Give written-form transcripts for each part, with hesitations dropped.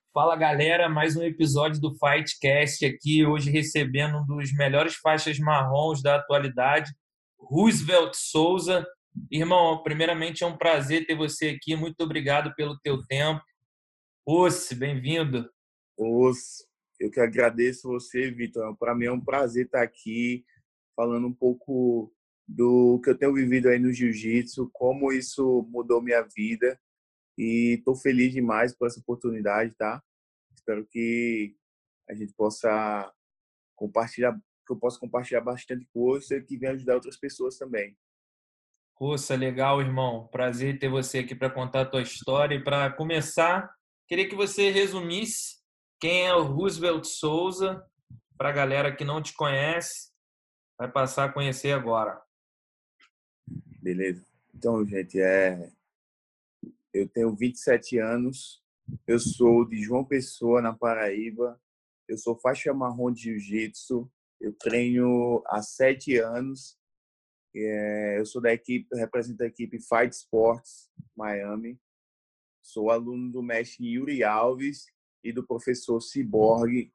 Fala galera, mais um episódio do Fightcast aqui, hoje recebendo um dos melhores faixas marrons da atualidade, Roosevelt Souza. Irmão, primeiramente é um prazer ter você aqui, muito obrigado pelo teu tempo. Ossi, bem-vindo. Os, eu que agradeço você, Vitor. Para mim é um prazer estar aqui falando um pouco do que eu tenho vivido aí no jiu-jitsu, como isso mudou minha vida e estou feliz demais por essa oportunidade, tá? Espero que a gente possa compartilhar, que eu possa compartilhar bastante coisa e que venha ajudar outras pessoas também. Poxa, legal, irmão. Prazer ter você aqui para contar a tua história. E para começar, queria que você resumisse quem é o Roosevelt Souza, para a galera que não te conhece, vai passar a conhecer agora. Beleza? Então, gente, eu tenho 27 anos, eu sou de João Pessoa, na Paraíba, eu sou faixa marrom de jiu-jitsu, eu treino há 7 anos, eu sou da equipe, eu represento a equipe Fight Sports Miami, sou aluno do mestre Yuri Alves e do professor Cyborg,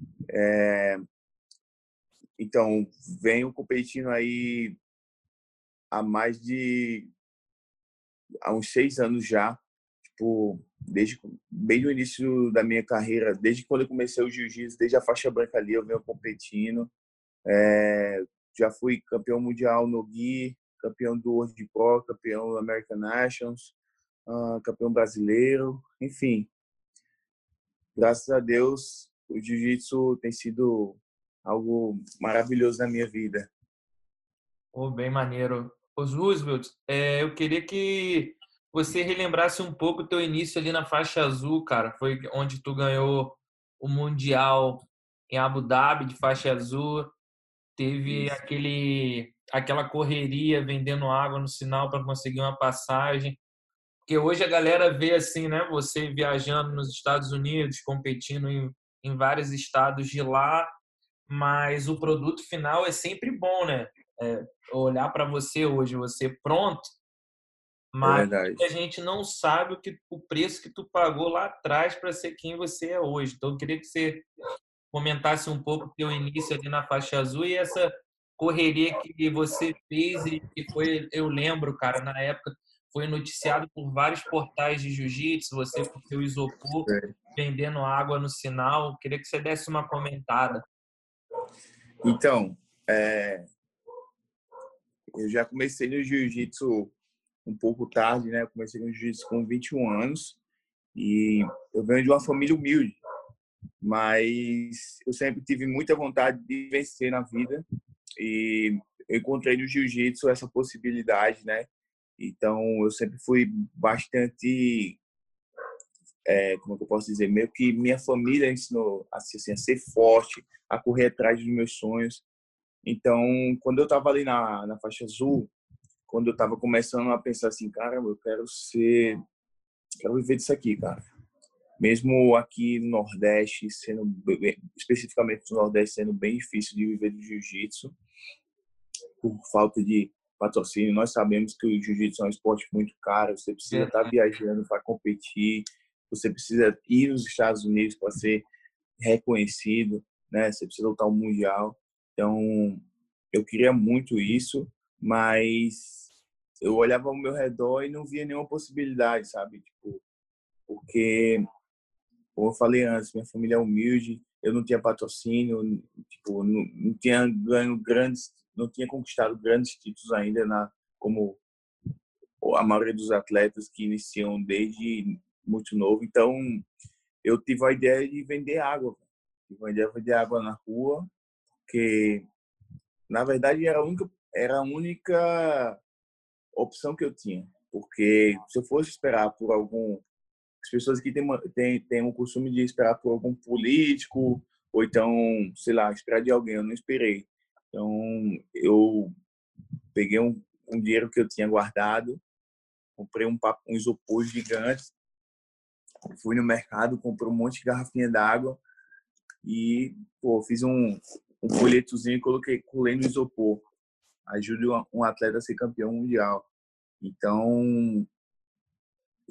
então venho competindo aí há mais de há uns 6 anos já, tipo, desde bem no início da minha carreira, desde quando eu comecei o jiu-jitsu, desde a faixa branca ali, eu venho competindo. Já fui campeão mundial no GUI, campeão do World Pro, campeão do American Nations, campeão brasileiro, enfim. Graças a Deus, o jiu-jitsu tem sido algo maravilhoso na minha vida. Oh, bem maneiro. Os Roosevelt, eu queria que você relembrasse um pouco o teu início ali na faixa azul, cara. Foi onde tu ganhou o Mundial em Abu Dhabi de faixa azul. Teve Isso. aquela correria vendendo água no sinal para conseguir uma passagem. Porque hoje a galera vê assim, né? Você viajando nos Estados Unidos, competindo em vários estados de lá, mas o produto final é sempre bom, né? Olhar para você hoje, você pronto, É mas verdade. a gente não sabe o preço que tu pagou lá atrás para ser quem você é hoje. Então, eu queria que você comentasse um pouco o teu início ali na faixa azul e essa correria que você fez e que foi, eu lembro, cara, na época foi noticiado por vários portais de jiu-jitsu, você com seu isopor vendendo água no sinal. Eu queria que você desse uma comentada. Então, eu já comecei no jiu-jitsu um pouco tarde, né? Eu comecei no jiu-jitsu com 21 anos e eu venho de uma família humilde, mas eu sempre tive muita vontade de vencer na vida e eu encontrei no jiu-jitsu essa possibilidade, né? Então eu sempre fui bastante, como é que eu posso dizer, meio que minha família ensinou assim, a ser forte, a correr atrás dos meus sonhos. Então, quando eu estava ali na faixa azul, quando eu estava começando a pensar assim, cara, eu quero viver disso aqui, cara. Mesmo aqui no Nordeste, especificamente no Nordeste, sendo bem difícil de viver do jiu-jitsu, por falta de patrocínio. Nós sabemos que o jiu-jitsu é um esporte muito caro, você precisa estar Verdade. viajando para competir, você precisa ir nos Estados Unidos para ser reconhecido, né? Você precisa lutar o Mundial. Então, eu queria muito isso, mas eu olhava ao meu redor e não via nenhuma possibilidade, sabe? Tipo, porque, como eu falei antes, minha família é humilde, eu não tinha patrocínio, tipo, não tinha ganho grandes, não tinha conquistado grandes títulos ainda como a maioria dos atletas que iniciam desde muito novo. Então, eu tive a ideia de vender água. Tive a ideia de vender água na rua, que na verdade era a única opção que eu tinha, porque se eu fosse esperar por algum, as pessoas que têm um costume de esperar por algum político ou então, sei lá, esperar de alguém, eu não esperei. Então, eu peguei um dinheiro que eu tinha guardado, comprei um isopor gigante, fui no mercado, comprei um monte de garrafinha d'água e, pô, fiz um folhetozinho e colei no isopor. Ajude um atleta a ser campeão mundial. Então,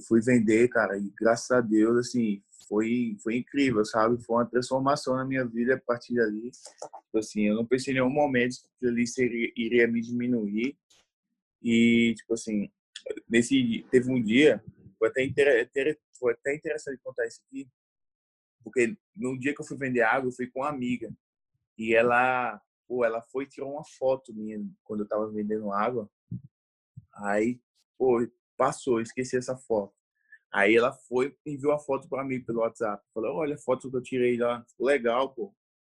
fui vender, cara, e graças a Deus, assim, foi incrível, sabe? Foi uma transformação na minha vida a partir dali. Tipo assim, eu não pensei em nenhum momento que ali iria me diminuir. E, tipo assim, teve um dia, foi até interessante contar isso aqui, porque no dia que eu fui vender água, eu fui com uma amiga. E ela foi e tirou uma foto minha quando eu tava vendendo água. Aí, pô, passou, eu esqueci essa foto. Aí ela foi e enviou a foto para mim pelo WhatsApp. Falou, olha a foto que eu tirei lá. Ficou legal, pô.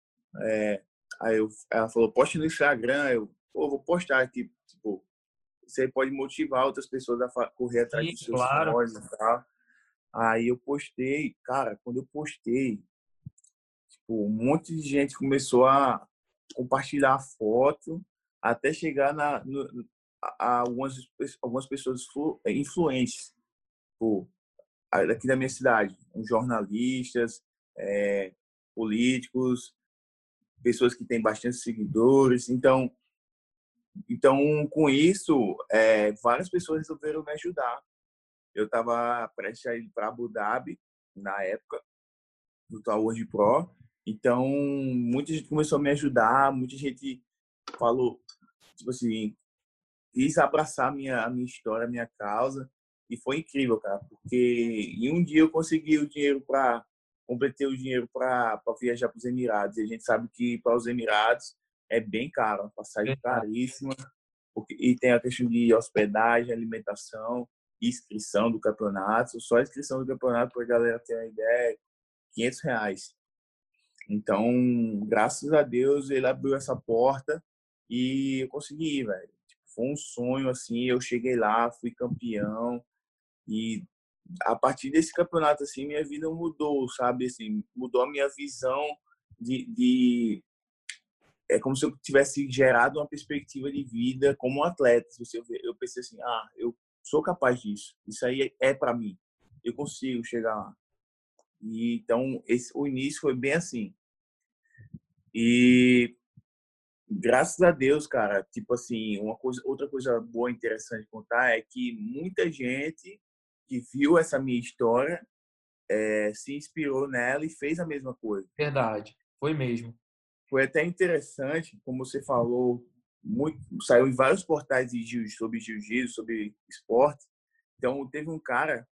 Ela falou, poste no Instagram. Eu, pô, vou postar aqui. Tipo, você pode motivar outras pessoas a correr atrás Sim, dos seus claro. sonhos e tal. Aí eu postei. Cara, quando eu postei, tipo, um monte de gente começou a compartilhar a foto até chegar a algumas pessoas influentes, pô, daqui da minha cidade, uns jornalistas, é, políticos, pessoas que têm bastante seguidores. Então com isso, várias pessoas resolveram me ajudar. Eu estava prestes a ir para Abu Dhabi na época do Tour World Pro. Então muita gente começou a me ajudar, muita gente falou, tipo assim, quis abraçar a minha história, a minha causa, e foi incrível, cara, porque em um dia eu consegui o dinheiro para completei o dinheiro para viajar para os Emirados. E a gente sabe que para os Emirados é bem caro, uma passagem Verdade. caríssima, e tem a questão de hospedagem, alimentação, inscrição do campeonato. Só a inscrição do campeonato, para a galera ter uma ideia, R$ 500. Então, graças a Deus, ele abriu essa porta e eu consegui ir, velho. Tipo, foi um sonho, assim, eu cheguei lá, fui campeão e a partir desse campeonato, assim, minha vida mudou, sabe? Assim, mudou a minha visão é como se eu tivesse gerado uma perspectiva de vida como um atleta. Se você ver, eu pensei assim, eu sou capaz disso. Isso aí é para mim. Eu consigo chegar lá. E então o início foi bem assim. E graças a Deus, cara, tipo assim, outra coisa boa e interessante de contar é que muita gente que viu essa minha história se inspirou nela e fez a mesma coisa. Verdade. Foi mesmo. Foi até interessante, como você falou, saiu em vários portais de sobre jiu-jitsu, sobre esporte. Então, teve um cara,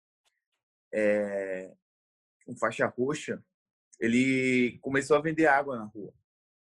um faixa roxa, ele começou a vender água na rua.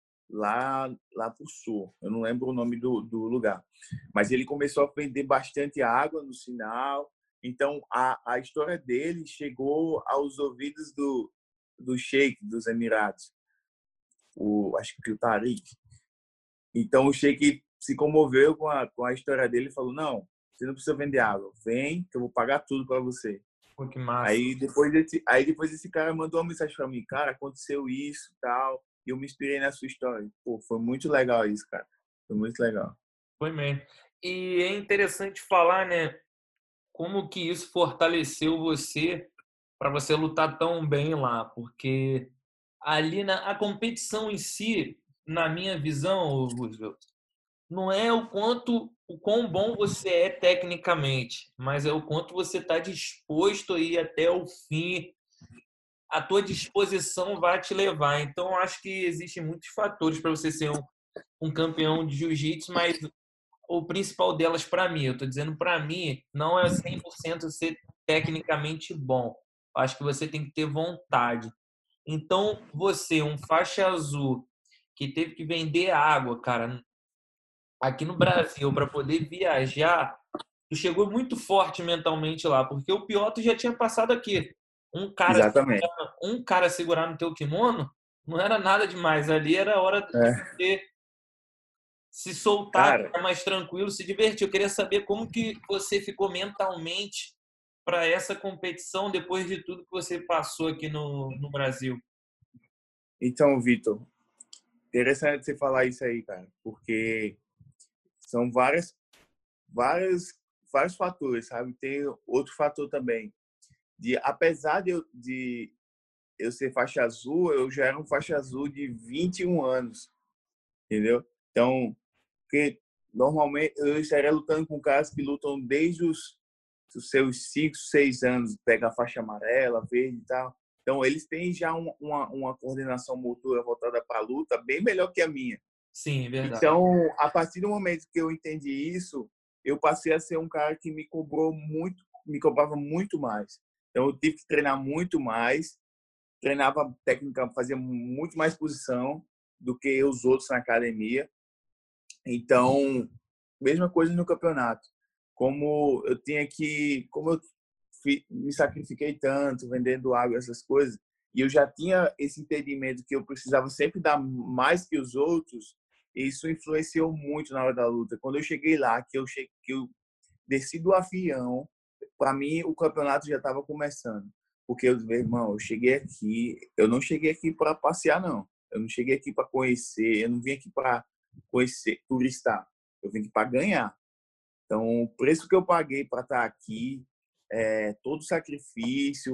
Lá pro sul. Eu não lembro o nome do lugar. Mas ele começou a vender bastante água no sinal. Então, a história dele chegou aos ouvidos do Sheik dos Emirados, acho que o Tariq. Então, o Sheik se comoveu com a história dele e falou, não, você não precisa vender água. Vem, que eu vou pagar tudo para você. Pô, que massa. Aí depois esse cara mandou uma mensagem para mim, cara, aconteceu isso, tal, e eu me inspirei na sua história. Pô, foi muito legal isso, cara. Foi muito legal. Foi mesmo. E é interessante falar, né, como que isso fortaleceu você para você lutar tão bem lá, porque ali a competição em si, na minha visão, Roosevelt, não é o quão bom você é tecnicamente, mas é o quanto você está disposto a ir até o fim. A tua disposição vai te levar. Então, acho que existem muitos fatores para você ser um campeão de jiu-jitsu, mas o principal delas para mim, eu estou dizendo para mim, não é 100% ser tecnicamente bom. Acho que você tem que ter vontade. Então, você, um faixa azul, que teve que vender água, cara, aqui no Brasil, para poder viajar, tu chegou muito forte mentalmente lá, porque o pior tu já tinha passado aqui. Um cara, Exatamente. um cara segurar no teu kimono não era nada demais. Ali era hora de É, você se soltar, cara, ficar mais tranquilo, se divertir. Eu queria saber como que você ficou mentalmente para essa competição depois de tudo que você passou aqui no Brasil. então, Vitor, interessante você falar isso aí, cara, porque são várias, vários fatores, sabe? Tem outro fator também, apesar de eu ser faixa azul, eu já era um faixa azul de 21 anos, entendeu? Então, porque normalmente eu estaria lutando com caras que lutam desde os os seus 5, 6 anos, pega a faixa amarela, verde e tal. Então, eles têm já uma coordenação motora voltada para a luta bem melhor que a minha. Sim, é verdade. Então, a partir do momento que eu entendi isso, eu passei a ser um cara que me cobrava muito mais. Então, eu tive que treinar muito mais, treinava técnica, fazia muito mais posição do que os outros na academia. Então, mesma coisa no campeonato. Como eu me sacrifiquei tanto vendendo água, essas coisas, e eu já tinha esse entendimento que eu precisava sempre dar mais que os outros, e isso influenciou muito na hora da luta. Quando eu cheguei lá, que eu desci do avião, para mim o campeonato já estava começando. Porque meu irmão, eu não cheguei aqui para passear, não. Eu não cheguei aqui para conhecer, eu não vim aqui para conhecer, turistar. Eu vim aqui para ganhar. Então, o preço que eu paguei para estar aqui, todo o sacrifício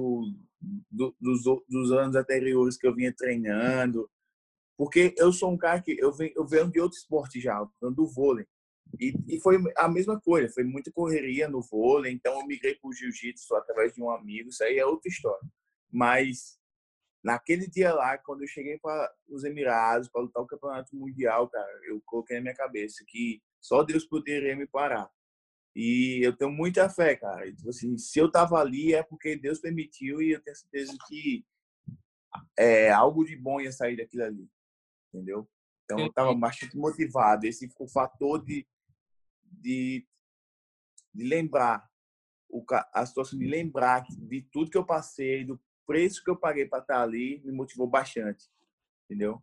dos anos anteriores que eu vinha treinando, porque eu sou um cara que eu venho de outro esporte já, eu venho do vôlei. E foi a mesma coisa, foi muita correria no vôlei, então eu migrei para o jiu-jitsu através de um amigo, isso aí é outra história. Mas naquele dia lá, quando eu cheguei para os Emirados para lutar o Campeonato Mundial, cara, eu coloquei na minha cabeça que só Deus poderia me parar. E eu tenho muita fé, cara. Então, assim, se eu tava ali é porque Deus permitiu e eu tenho certeza que algo de bom ia sair daquilo ali, entendeu? Então eu tava Entendi. bastante motivado. Esse o fator de, de lembrar, a situação de lembrar de tudo que eu passei, do preço que eu paguei para estar ali, me motivou bastante, entendeu?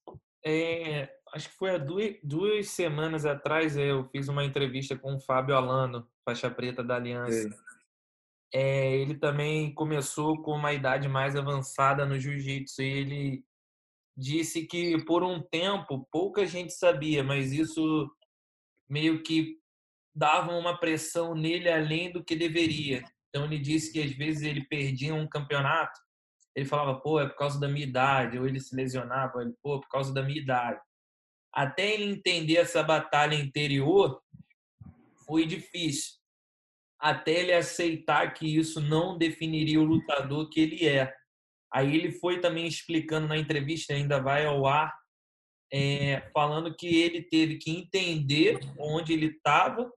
Acho que foi há 2 semanas atrás eu fiz uma entrevista com o Fábio Alano, faixa preta da Aliança. É. Ele também começou com uma idade mais avançada no jiu-jitsu e ele disse que por um tempo pouca gente sabia, mas isso meio que dava uma pressão nele além do que deveria. Então ele disse que às vezes ele perdia um campeonato, ele falava, pô, é por causa da minha idade, ou ele se lesionava, ele, pô, por causa da minha idade. Até ele entender essa batalha interior foi difícil. Até ele aceitar que isso não definiria o lutador que ele é. Aí ele foi também explicando na entrevista, ainda vai ao ar, falando que ele teve que entender onde ele estava,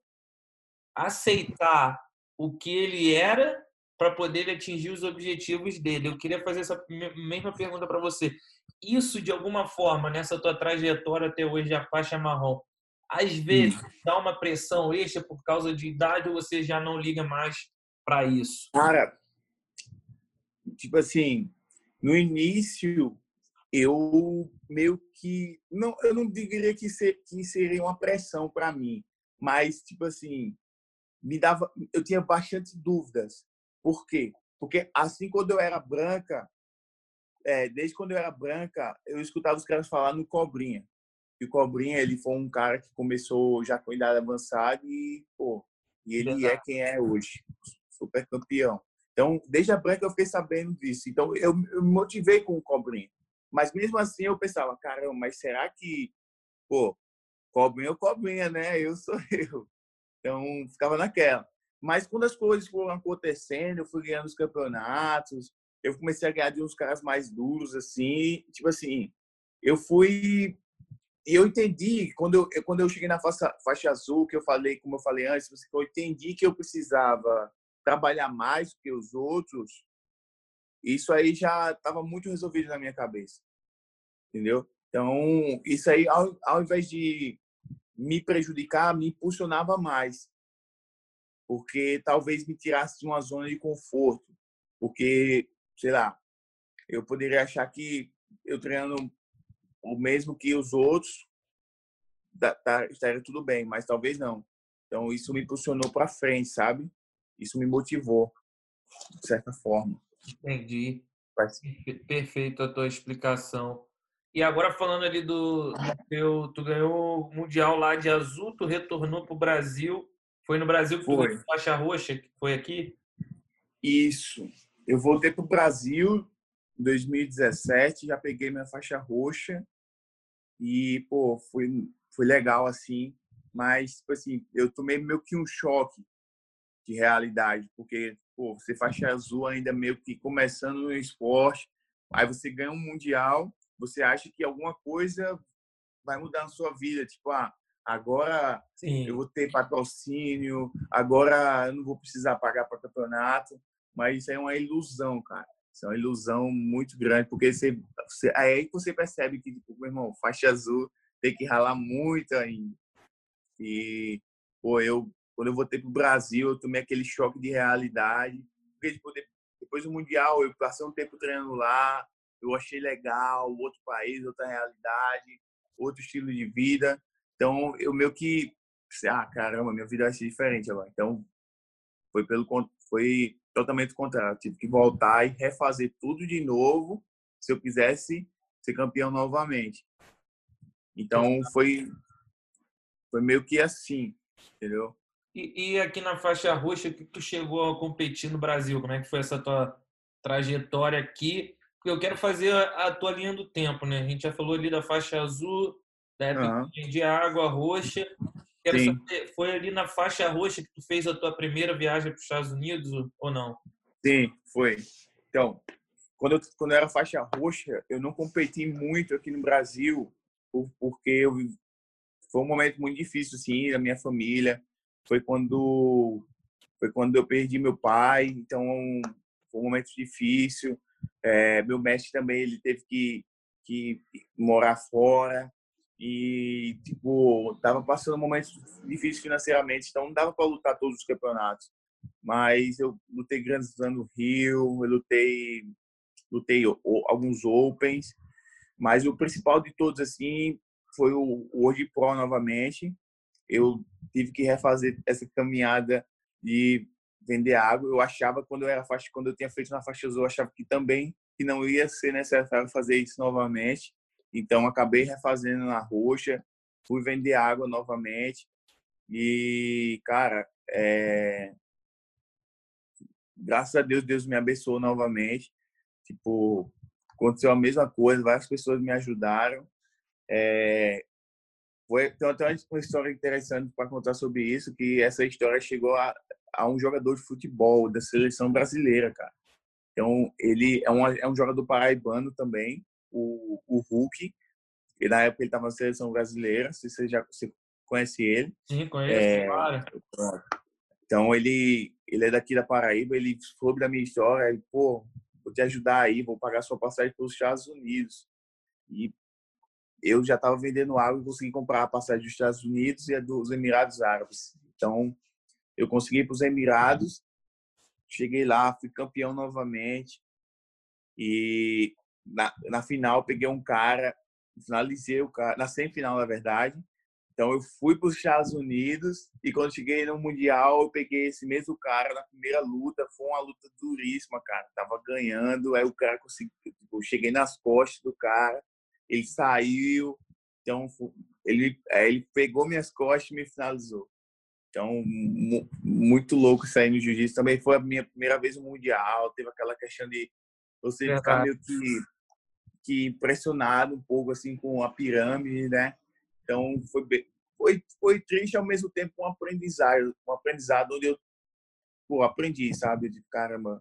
aceitar o que ele era para poder atingir os objetivos dele. Eu queria fazer essa mesma pergunta para você. Isso, de alguma forma, nessa tua trajetória até hoje, a faixa marrom, às vezes dá uma pressão extra por causa de idade ou você já não liga mais para isso? Cara, tipo assim, no início eu meio que não, eu não diria que seria uma pressão para mim, mas tipo assim, eu tinha bastante dúvidas. Por quê? Porque assim quando eu era branca, desde quando eu era branca, eu escutava os caras falar no Cobrinha. E o Cobrinha, ele foi um cara que começou já com idade avançada e, pô, e ele é Verdade. quem é hoje, super campeão. Então, desde a branca eu fiquei sabendo disso. Então, eu me motivei com o Cobrinha. Mas mesmo assim eu pensava, caramba, mas será que, pô, Cobrinha é o Cobrinha, né? Eu sou eu. Então, ficava naquela. Mas quando as coisas foram acontecendo, eu fui ganhando os campeonatos, eu comecei a ganhar de uns caras mais duros, assim, tipo assim, eu fui e eu entendi, quando eu cheguei na faixa azul, que eu falei, como eu falei antes, eu entendi que eu precisava trabalhar mais do que os outros, isso aí já estava muito resolvido na minha cabeça, entendeu? Então, isso aí, ao invés de me prejudicar, me impulsionava mais, porque talvez me tirasse de uma zona de conforto, porque, sei lá, eu poderia achar que eu treinando o mesmo que os outros, estaria tudo bem, mas talvez não. Então, isso me impulsionou para frente, sabe? Isso me motivou, de certa forma. Entendi. Mas Perfeito a tua explicação. E agora falando ali do teu, tu ganhou o Mundial lá de azul, tu retornou para o Brasil. Foi no Brasil que tu ganhou foi faixa roxa, que foi aqui? isso. Eu voltei para o Brasil em 2017, já peguei minha faixa roxa e, pô, foi legal, assim. Mas, tipo assim, eu tomei meio que um choque, de realidade, porque pô, você faixa azul ainda meio que começando no esporte, aí você ganha um mundial, você acha que alguma coisa vai mudar na sua vida, tipo, agora eu Sim. vou ter patrocínio, agora eu não vou precisar pagar para campeonato, mas isso aí é uma ilusão, cara. Isso é uma ilusão muito grande, porque é aí que você percebe que, tipo, meu irmão, faixa azul tem que ralar muito ainda. E, pô, quando eu voltei pro Brasil, eu tomei aquele choque de realidade. Porque, tipo, depois do Mundial, eu passei um tempo treinando lá, eu achei legal, outro país, outra realidade, outro estilo de vida. Então, eu meio que, caramba, minha vida vai ser diferente agora. Então, foi totalmente o contrário. Eu tive que voltar e refazer tudo de novo, se eu quisesse ser campeão novamente. Então, foi meio que assim, entendeu? E aqui na faixa roxa, o que tu chegou a competir no Brasil? Como é que foi essa tua trajetória aqui? Porque eu quero fazer a tua linha do tempo, né? A gente já falou ali da faixa azul, da época Aham. de água roxa. Quero Sim, saber, foi ali na faixa roxa que tu fez a tua primeira viagem para os Estados Unidos ou não? sim, foi. Então, quando eu era faixa roxa, eu não competi muito aqui no Brasil, porque foi um momento muito difícil, assim, da minha família. Foi quando, foi quando eu perdi meu pai, então foi um momento difícil. Meu mestre também, ele teve que morar fora e, tipo, tava passando momentos difíceis financeiramente, então não dava para lutar todos os campeonatos. Mas eu lutei grandes anos no Rio, eu lutei alguns Opens, mas o principal de todos, assim, foi o World Pro novamente. Eu tive que refazer essa caminhada de vender água. Eu achava, quando eu tinha feito na faixa azul, eu achava que também que não ia ser necessário fazer isso novamente. Então, acabei refazendo na roxa, fui vender água novamente. E, cara, graças a Deus, Deus me abençoou novamente. Tipo, aconteceu a mesma coisa, várias pessoas me ajudaram. Tem até uma história interessante para contar sobre isso, que essa história chegou a um jogador de futebol da seleção brasileira, cara. Então, ele é um jogador paraibano também, o Hulk, e na época ele estava na seleção brasileira, se você conhece ele. Sim, conheço, É, claro. então, ele é daqui da Paraíba, ele soube da minha história, ele, pô, vou te ajudar aí, vou pagar sua passagem para os Estados Unidos. E eu já estava vendendo água e consegui comprar a passagem dos Estados Unidos e a dos Emirados Árabes. Então, eu consegui ir para os Emirados, cheguei lá, fui campeão novamente e na final peguei um cara, finalizei o cara, na semifinal, na verdade. Então, eu fui para os Estados Unidos e quando cheguei no Mundial, eu peguei esse mesmo cara na primeira luta. Foi uma luta duríssima, cara. Tava ganhando, aí o cara conseguiu. Tipo, eu cheguei nas costas do cara, ele saiu. Então, ele pegou minhas costas e me finalizou. Então, muito louco isso aí no jiu-jitsu. Também foi a minha primeira vez no Mundial. Teve aquela questão de você ficar Verdade. meio que impressionado um pouco assim com a pirâmide, né? Então foi triste ao mesmo tempo um aprendizado onde eu aprendi, sabe? De caramba,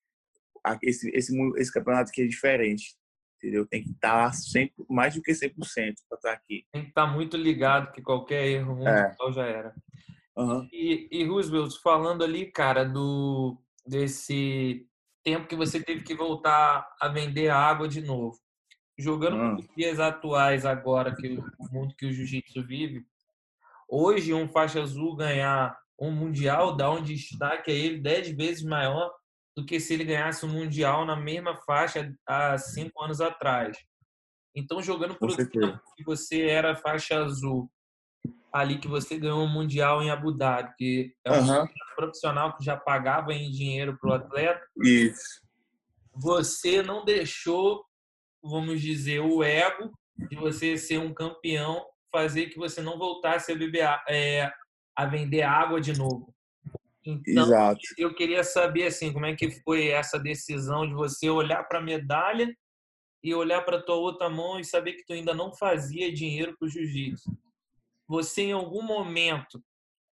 esse campeonato aqui é diferente, entendeu? Tem que estar sempre mais do que 100% para estar aqui. Tem que estar muito ligado que qualquer erro É, mundial já era. uhum, E Roosevelt, falando ali, cara, desse tempo que você teve que voltar a vender água de novo. Jogando para uhum, os dias atuais agora, que o mundo que o jiu-jitsu vive, hoje um faixa azul ganhar um mundial dá um destaque a ele 10 vezes maior do que se ele ganhasse um mundial na mesma faixa há 5 anos atrás. Então, jogando com para o tempo certeza. que você era faixa azul, ali que você ganhou um mundial em Abu Dhabi, que é um Uhum, profissional que já pagava em dinheiro para o atleta, isso, você não deixou, vamos dizer, o ego de você ser um campeão fazer que você não voltasse a beber, a vender água de novo. Então, exato. eu queria saber assim, como é que foi essa decisão de você olhar para a medalha e olhar para a tua outra mão e saber que tu ainda não fazia dinheiro para o jiu-jitsu. Você, em algum momento,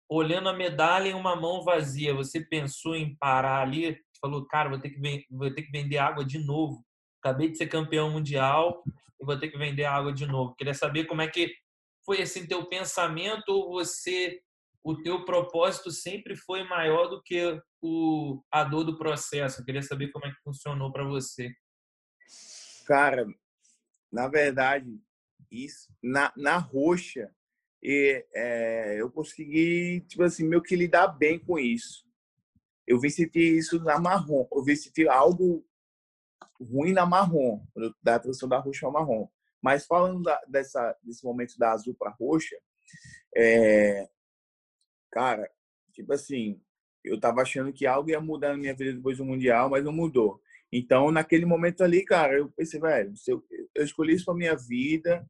olhando a medalha em uma mão vazia, você pensou em parar ali? Falou, cara, vou ter que vender água de novo. Acabei de ser campeão mundial e vou ter que vender água de novo. Queria saber como é que foi assim teu pensamento ou o teu propósito sempre foi maior do que a dor do processo. Queria saber como é que funcionou para você. Cara, na verdade, isso na roxa, eu consegui, tipo assim, meio que lidar bem com isso. Eu vim sentir isso na marrom. Eu vim sentir algo ruim na marrom, da transição da roxa para marrom. Mas falando desse momento da azul para roxa, é, cara, tipo assim, eu tava achando que algo ia mudar na minha vida depois do Mundial, mas não mudou. Então, naquele momento ali, cara, eu pensei, velho, se eu escolhi isso para minha vida,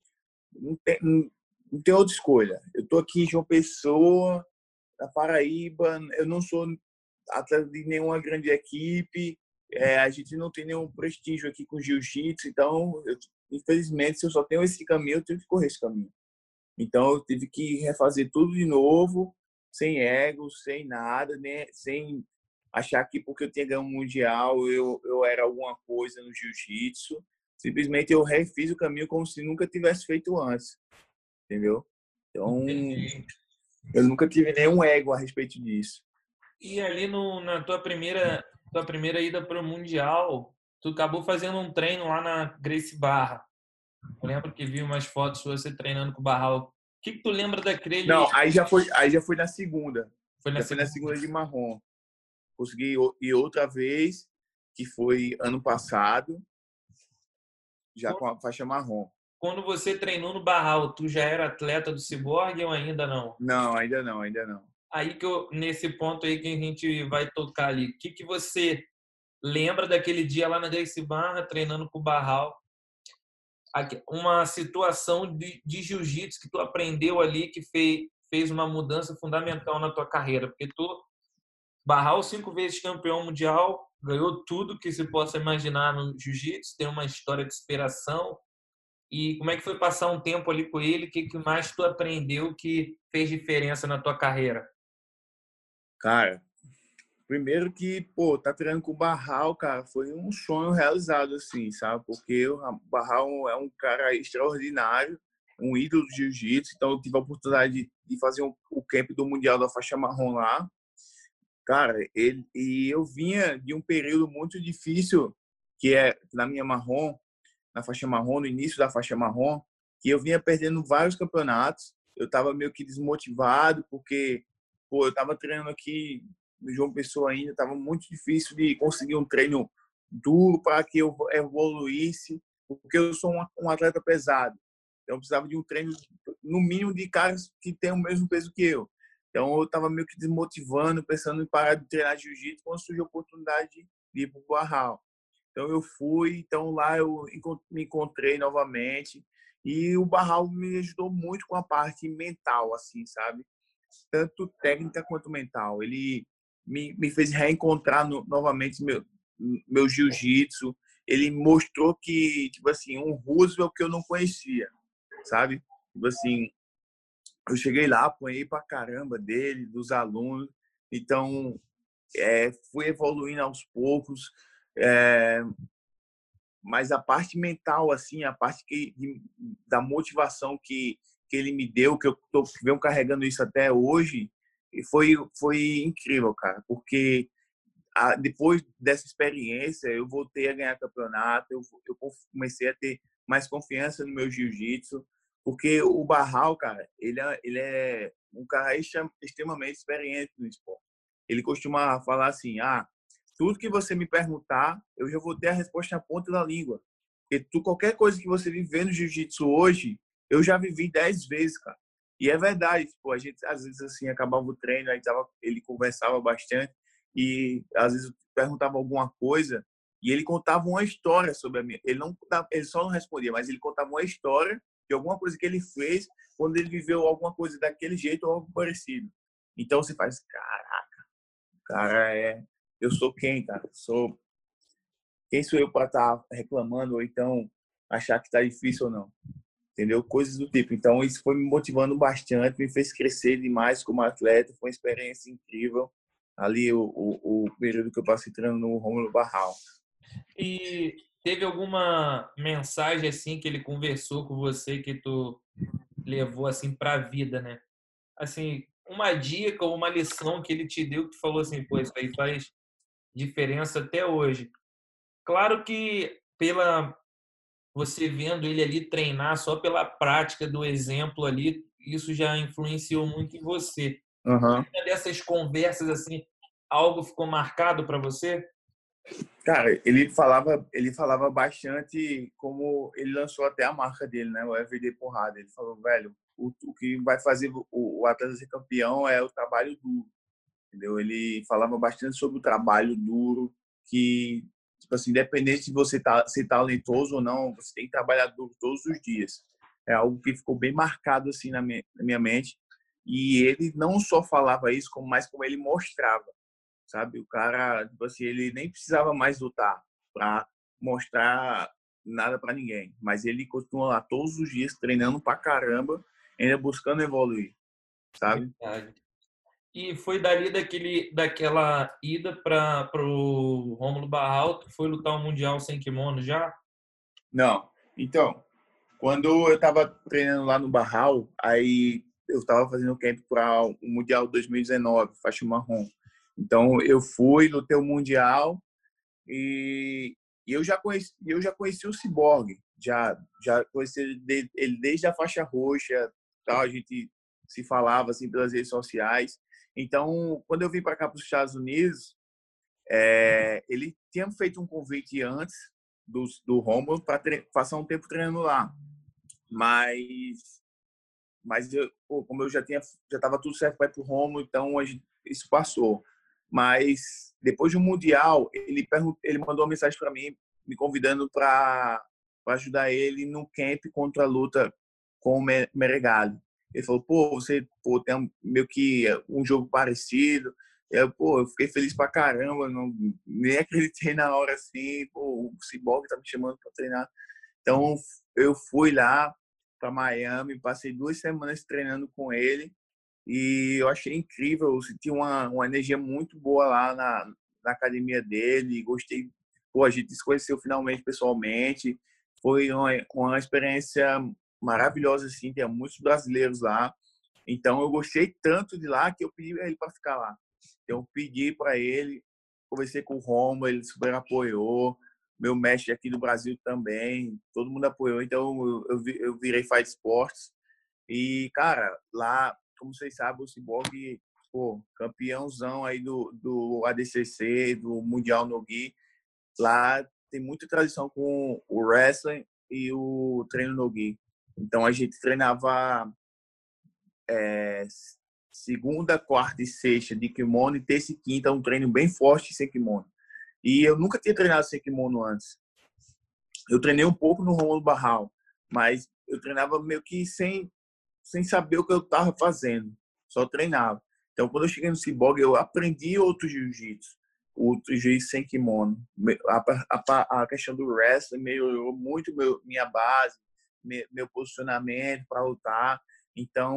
não tem outra escolha. Eu tô aqui em João Pessoa, na Paraíba, eu não sou atleta de nenhuma grande equipe, a gente não tem nenhum prestígio aqui com jiu-jitsu, então, infelizmente, se eu só tenho esse caminho, eu tenho que correr esse caminho. Então, eu tive que refazer tudo de novo, sem ego, sem nada, né? Sem achar que porque eu tinha ganho um mundial, eu era alguma coisa no jiu-jitsu. Simplesmente eu refiz o caminho como se nunca tivesse feito antes, entendeu? Então, Entendi. eu nunca tive nenhum ego a respeito disso. E ali na tua primeira ida para o Mundial, tu acabou fazendo um treino lá na Gracie Barra. Eu lembro que vi umas fotos suas você treinando com o Barral. O que que tu lembra daquele... Não, aí já foi na segunda. Foi na Já foi na segunda. segunda de marrom. Consegui ir outra vez, que foi ano passado, já com a faixa marrom. Quando você treinou no Barral, tu já era atleta do Cyborg ou ainda não? Não, ainda não, ainda não. Aí que nesse ponto aí que a gente vai tocar ali. O que que você lembra daquele dia lá na Gracie Barra, treinando com o Barral? Uma situação de jiu-jitsu que tu aprendeu ali que fez uma mudança fundamental na tua carreira, porque tu Barral 5 vezes campeão mundial, ganhou tudo que se possa imaginar no jiu-jitsu, tem uma história de superação. E como é que foi passar um tempo ali com ele? O que mais tu aprendeu que fez diferença na tua carreira? Cara, primeiro que, pô, tá treinando com o Barral, cara, foi um sonho realizado, assim, sabe? Porque o Barral é um cara extraordinário, um ídolo do jiu-jitsu, então eu tive a oportunidade de fazer o camp do Mundial da faixa marrom lá. Cara, e eu vinha de um período muito difícil, que é na minha marrom, na faixa marrom, no início da faixa marrom, que eu vinha perdendo vários campeonatos. Eu estava meio que desmotivado, porque pô, eu estava treinando aqui no João Pessoa ainda, estava muito difícil de conseguir um treino duro para que eu evoluísse, porque eu sou um atleta pesado. Então, eu precisava de um treino, no mínimo, de caras que têm o mesmo peso que eu. Então, eu estava meio que desmotivando, pensando em parar de treinar jiu-jitsu, quando surgiu a oportunidade de ir para o Barral. Então eu fui, então lá eu me encontrei novamente e o Barral me ajudou muito com a parte mental, assim, sabe? Tanto técnica quanto mental. Ele me fez reencontrar novamente meu jiu-jitsu. Ele mostrou que, tipo assim, um Roosevelt que eu não conhecia, sabe? Tipo assim, eu cheguei lá, apanhei pra caramba dele, dos alunos. Então, fui evoluindo aos poucos. É, mas a parte mental, assim, a parte da motivação que ele me deu, que eu venho carregando isso até hoje, e foi incrível, cara, porque depois dessa experiência eu voltei a ganhar campeonato, eu comecei a ter mais confiança no meu jiu-jitsu, porque o Barral, cara, ele é um cara extremamente experiente no esporte. Ele costuma falar assim, tudo que você me perguntar, eu já vou ter a resposta na ponta da língua. Porque qualquer coisa que você viver no jiu-jitsu hoje, eu já vivi 10 vezes, cara. E é verdade, tipo, a gente às vezes assim acabava o treino, ele conversava bastante e às vezes eu perguntava alguma coisa e ele contava uma história sobre a minha. Ele só não respondia, mas ele contava uma história de alguma coisa que ele fez quando ele viveu alguma coisa daquele jeito ou algo parecido. Então você faz, cara, eu sou quem, cara? Quem sou eu para estar reclamando ou então achar que está difícil ou não? entendeu? Coisas do tipo. Então, isso foi me motivando bastante, me fez crescer demais como atleta, foi uma experiência incrível. Ali, o período que eu passei treinando no Rômulo Barral. E teve alguma mensagem assim que ele conversou com você que tu levou assim para a vida, né? Assim, uma dica ou uma lição que ele te deu que tu falou assim, pô, isso aí faz diferença até hoje. Claro que pela você vendo ele ali treinar só pela prática do exemplo ali, isso já influenciou muito em você. Uhum. Uma dessas conversas assim, algo ficou marcado para você? Cara, ele falava bastante como ele lançou até a marca dele, né? O EVD Porrada. Ele falou, velho, o que vai fazer o atleta ser campeão é o trabalho duro, entendeu? Ele falava bastante sobre o trabalho duro, que, tipo assim, independente de você ser talentoso ou não, você tem que trabalhar duro todos os dias. É algo que ficou bem marcado assim na minha mente. E ele não só falava isso, como ele mostrava, sabe? O cara, tipo assim, ele nem precisava mais lutar para mostrar nada para ninguém, mas ele continua lá todos os dias treinando pra caramba, ainda buscando evoluir, sabe? Verdade. E foi dali daquela ida para o Rômulo Barral, tu foi lutar o Mundial sem kimono já? Não. Então, quando eu estava treinando lá no Barral, aí eu estava fazendo camp para o Mundial 2019, faixa marrom. Então eu fui, lutei o Mundial e eu já conheci o Cyborg, já conheci ele desde a faixa roxa, tal, a gente se falava assim pelas redes sociais. Então, quando eu vim para cá para os Estados Unidos, ele tinha feito um convite antes do Romulo para passar um tempo treinando lá, mas pô, como eu já estava tudo certo para ir pro Romulo, então isso passou. Mas depois do Mundial, ele mandou uma mensagem para mim, me convidando para ajudar ele no camp contra a luta com o Meregali. Ele falou, pô, você tem meio que um jogo parecido. Eu fiquei feliz pra caramba, não, nem acreditei na hora assim, pô, o Cyborg tá me chamando para treinar. Então, eu fui lá para Miami, passei 2 semanas treinando com ele e eu achei incrível, eu senti uma energia muito boa lá na academia dele, gostei, pô, a gente se conheceu finalmente pessoalmente, foi uma experiência maravilhosa, assim, tem muitos brasileiros lá, então eu gostei tanto de lá que eu pedi a ele para ficar lá. Então, eu pedi para ele, conversei com o Romo, ele super apoiou, meu mestre aqui do Brasil também, todo mundo apoiou, então eu virei Fight Sports e, cara, lá, como vocês sabem, o Cyborg, pô, campeãozão aí do ADCC, do Mundial no Gi. Lá tem muita tradição com o wrestling e o treino no Gi. Então a gente treinava é, segunda, quarta e sexta de kimono e terça e quinta um treino bem forte sem kimono. E eu nunca tinha treinado sem kimono antes. Eu treinei um pouco no Romulo Barral, mas eu treinava meio que sem saber o que eu estava fazendo, só treinava. Então, quando eu cheguei no Cyborg, eu aprendi outro jiu-jitsu, outro jiu-jitsu sem kimono. A questão do wrestling melhorou muito minha base, meu posicionamento para lutar. Então,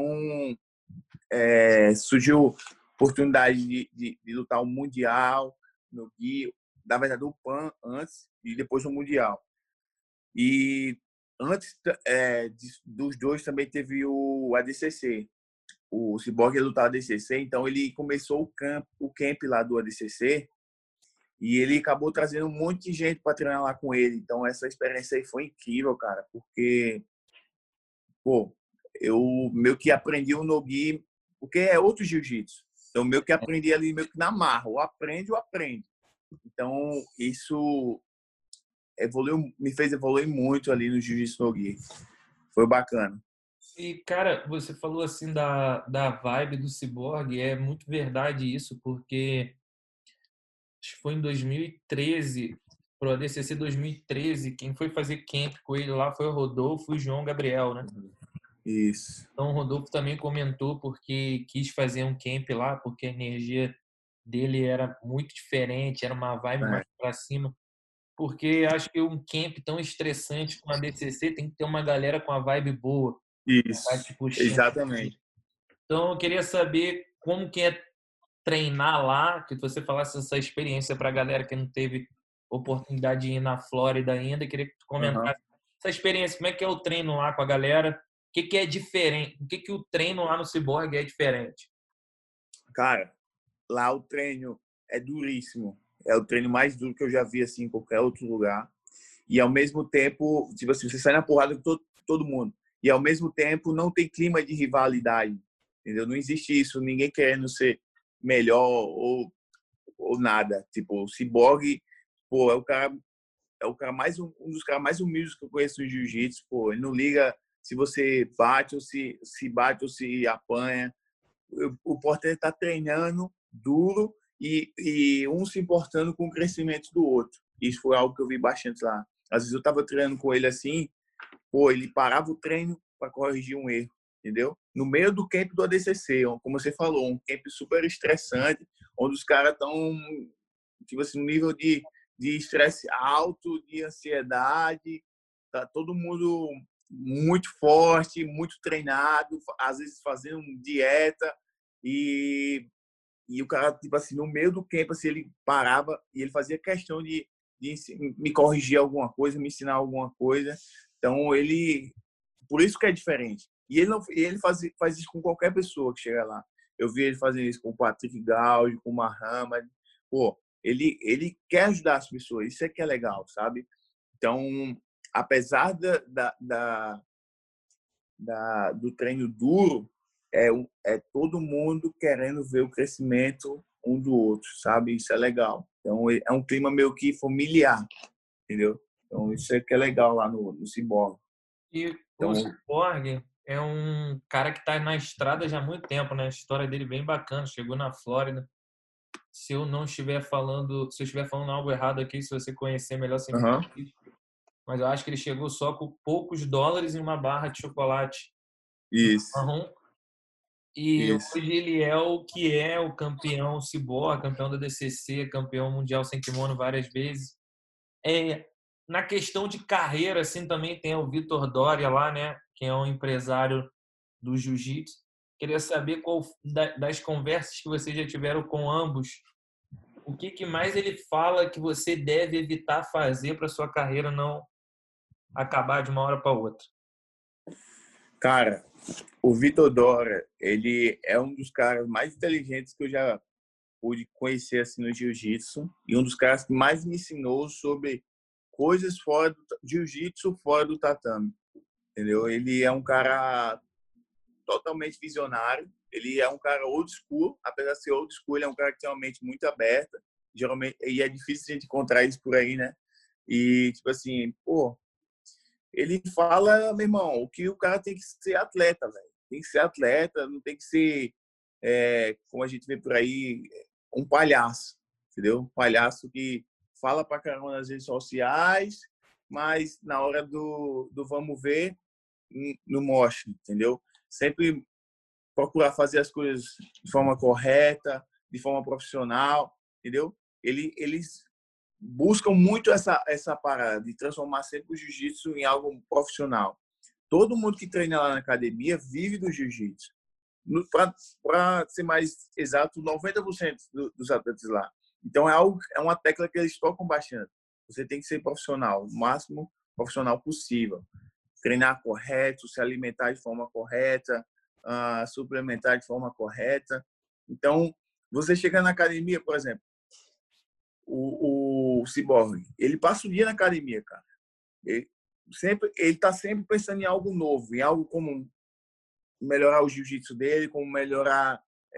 surgiu oportunidade de lutar o Mundial no Gui, na verdade o PAN antes e depois o Mundial. E antes dos dois também teve o ADCC. O Cyborg ia lutar ADCC, então ele começou o camp lá do ADCC e ele acabou trazendo um monte de gente para treinar lá com ele. Então essa experiência aí foi incrível, cara, porque pô, eu meio que aprendi o Nogi, porque é outro jiu-jitsu. Então meio que aprendi ali meio que na marra, ou aprende. Então isso me fez evoluir muito ali no jiu-jitsu Nogi. Foi bacana. E, cara, você falou assim da vibe do Cyborg, é muito verdade isso, porque acho que foi em 2013, pro ADCC 2013, quem foi fazer camp com ele lá foi o Rodolfo e o João Gabriel, né? Isso. Então o Rodolfo também comentou porque quis fazer um camp lá, porque a energia dele era muito diferente, era uma vibe mais É. para cima. porque acho que um camp tão estressante com a DCC tem que ter uma galera com a vibe boa, pra Isso, te puxando. exatamente. Então, eu queria saber como que é treinar lá, que você falasse essa experiência para a galera que não teve oportunidade de ir na Flórida ainda. Eu queria que tu Aham. comentasse essa experiência, como é que é o treino lá com a galera, o que que é diferente, o que que o treino lá no Cyborg é diferente? Cara, lá o treino é duríssimo. É o treino mais duro que eu já vi assim em qualquer outro lugar. E ao mesmo tempo, tipo assim, você sai na porrada com todo mundo. E ao mesmo tempo não tem clima de rivalidade, entendeu? Não existe isso, ninguém querendo ser melhor ou nada. Tipo, o Cyborg, pô, é o cara mais um dos caras mais humildes que eu conheço no jiu-jitsu, pô, ele não liga se você bate ou se bate ou se apanha. O importante é estar treinando duro e um se importando com o crescimento do outro. Isso foi algo que eu vi bastante lá. Às vezes eu estava treinando com ele assim, pô, ele parava o treino para corrigir um erro, entendeu? No meio do camp do ADCC, como você falou, um camp super estressante, onde os caras estão, tipo assim, um nível de estresse alto, de ansiedade, tá todo mundo muito forte, muito treinado, às vezes fazendo dieta e o cara, tipo assim, no meio do campo, assim, ele parava e ele fazia questão de me corrigir alguma coisa, me ensinar alguma coisa. Então, ele... Por isso que é diferente. E ele, não, ele faz isso com qualquer pessoa que chega lá. Eu vi ele fazendo isso com o Patrick Gaudio, com o Muhammad. Pô, ele quer ajudar as pessoas. Isso é que é legal, sabe? Então, apesar do treino duro, é todo mundo querendo ver o crescimento um do outro, sabe? Isso é legal. Então, é um clima meio que familiar, entendeu? Então, isso é que é legal lá no Ciborgue. E o Então, Cyborg é um cara que está na estrada já há muito tempo, né? A história dele é bem bacana, chegou na Flórida. Se eu não estiver falando, se eu estiver falando algo errado aqui, se você conhecer melhor, você me aham, corrige. Mas eu acho que ele chegou só com poucos dólares e uma barra de chocolate isso, marrom. E isso. hoje ele é o que é o campeão Cyborg, campeão da DCC, campeão mundial sem kimono várias vezes. Na questão de carreira, assim, também tem o Vitor Doria lá, né? Que é um empresário do jiu-jitsu. Queria saber qual das conversas que vocês já tiveram com ambos, o que que mais ele fala que você deve evitar fazer para sua carreira não acabar de uma hora para outra. Cara, o Vitor Dora, ele é um dos caras mais inteligentes que eu já pude conhecer assim no jiu-jitsu e um dos caras que mais me ensinou sobre coisas fora do jiu-jitsu, fora do tatame, entendeu? Ele é um cara totalmente visionário, ele é um cara old school, apesar de ser old school, ele é um cara que tem uma mente muito aberta, geralmente, e é difícil a gente encontrar isso por aí, né? E, tipo assim, pô, ele fala, meu irmão, o que o cara tem que ser atleta, velho. Tem que ser atleta, não tem que ser, como a gente vê por aí, um palhaço, entendeu? Um palhaço que fala pra caramba nas redes sociais, mas na hora do vamos ver, não mostra, entendeu? Sempre procurar fazer as coisas de forma correta, de forma profissional, entendeu? Eles buscam muito essa parada de transformar sempre o jiu-jitsu em algo profissional. Todo mundo que treina lá na academia vive do jiu-jitsu. Para ser mais exato, 90% dos atletas lá. Então é uma tecla que eles tocam bastante. Você tem que ser profissional, o máximo profissional possível. Treinar correto, se alimentar de forma correta, suplementar de forma correta. Então, você chega na academia, por exemplo, o Cyborg, ele passa o dia na academia, cara. Ele tá sempre pensando em algo novo, em algo como melhorar o jiu-jitsu dele, como melhorar,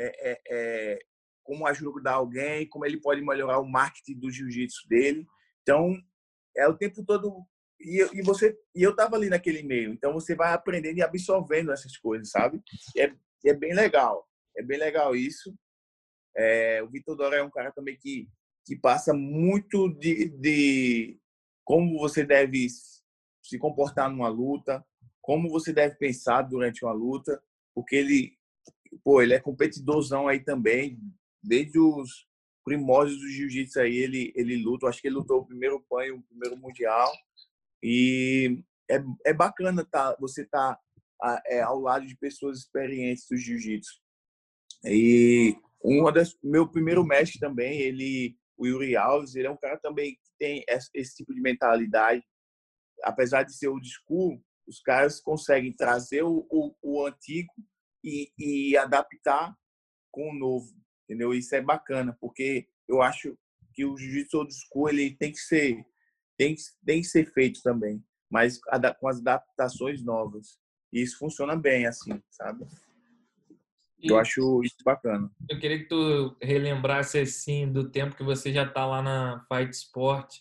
como ajudar alguém, como ele pode melhorar o marketing do jiu-jitsu dele. Então, é o tempo todo e eu tava ali naquele meio, então você vai aprendendo e absorvendo essas coisas, sabe? É bem legal, é bem legal isso. O Vitor Dora é um cara também que passa muito de como você deve se comportar numa luta, como você deve pensar durante uma luta, porque ele é competidorzão aí também, desde primórdios do jiu-jitsu aí, ele luta. Eu acho que ele lutou o primeiro PAN e o primeiro mundial. E é bacana você tá ao lado de pessoas experientes do jiu-jitsu. E meu primeiro mestre também, o Yuri Alves, ele é um cara também que tem esse tipo de mentalidade. Apesar de ser old school, os caras conseguem trazer o antigo e adaptar com o novo, entendeu? Isso é bacana, porque eu acho que o jiu-jitsu old school ele tem que ser feito também, mas com as adaptações novas. E isso funciona bem, assim, sabe? Eu E acho isso bacana. eu queria que tu relembrasse, assim, do tempo que você já tá lá na Fight Sport.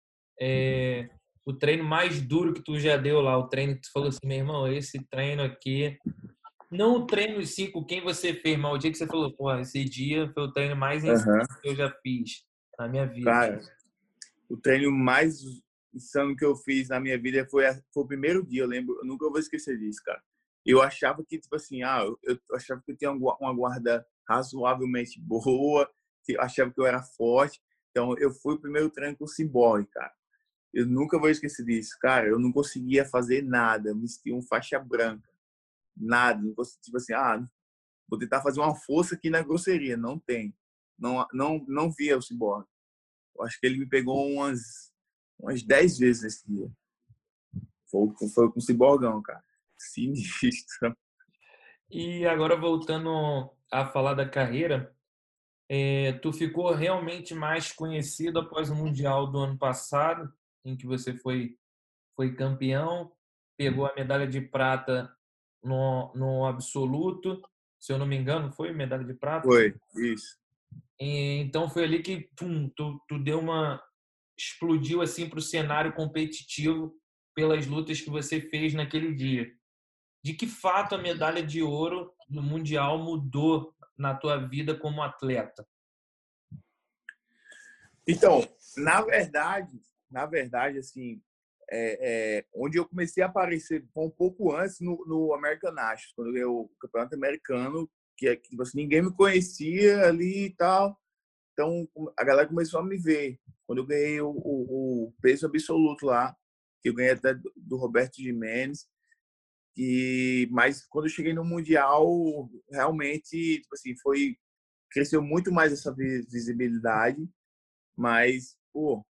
O treino mais duro que tu já deu lá, o treino que tu falou assim, meu irmão, esse treino aqui, não o treino em si com quem você fez, mas o dia que você falou, pô, esse dia foi o treino mais insano Uhum. que eu já fiz na minha vida. Cara, o treino mais insano que eu fiz na minha vida foi o primeiro dia, eu lembro, eu nunca vou esquecer disso, cara. Eu achava que, tipo assim, eu achava que eu tinha uma guarda razoavelmente boa, eu achava que eu era forte, então eu fui o primeiro treino com o Cyborg, cara. Eu nunca vou esquecer disso, cara. Eu não conseguia fazer nada, me sentia um faixa branca, nada. Não conseguia, tipo assim, vou tentar fazer uma força aqui na grosseria, não tem. Não via o Cyborg. Eu acho que ele me pegou umas 10 vezes nesse dia. Foi com o Ciborgão, cara. Sinistro. E agora voltando a falar da carreira, tu ficou realmente mais conhecido após o Mundial do ano passado, em que você foi campeão, pegou a medalha de prata no absoluto, se eu não me engano, foi medalha de prata? Foi, isso. E, então foi ali que tu deu explodiu assim para o cenário competitivo pelas lutas que você fez naquele dia. De que fato a medalha de ouro no Mundial mudou na tua vida como atleta? Então, na verdade, assim, onde eu comecei a aparecer foi um pouco antes no American Nationals, quando eu ganhei o campeonato americano, que tipo assim, ninguém me conhecia ali e tal. Então, a galera começou a me ver. Quando eu ganhei o peso absoluto lá, que eu ganhei até do Roberto Gimenez. Mas quando eu cheguei no Mundial, realmente, tipo assim, cresceu muito mais essa visibilidade. Mas, pô,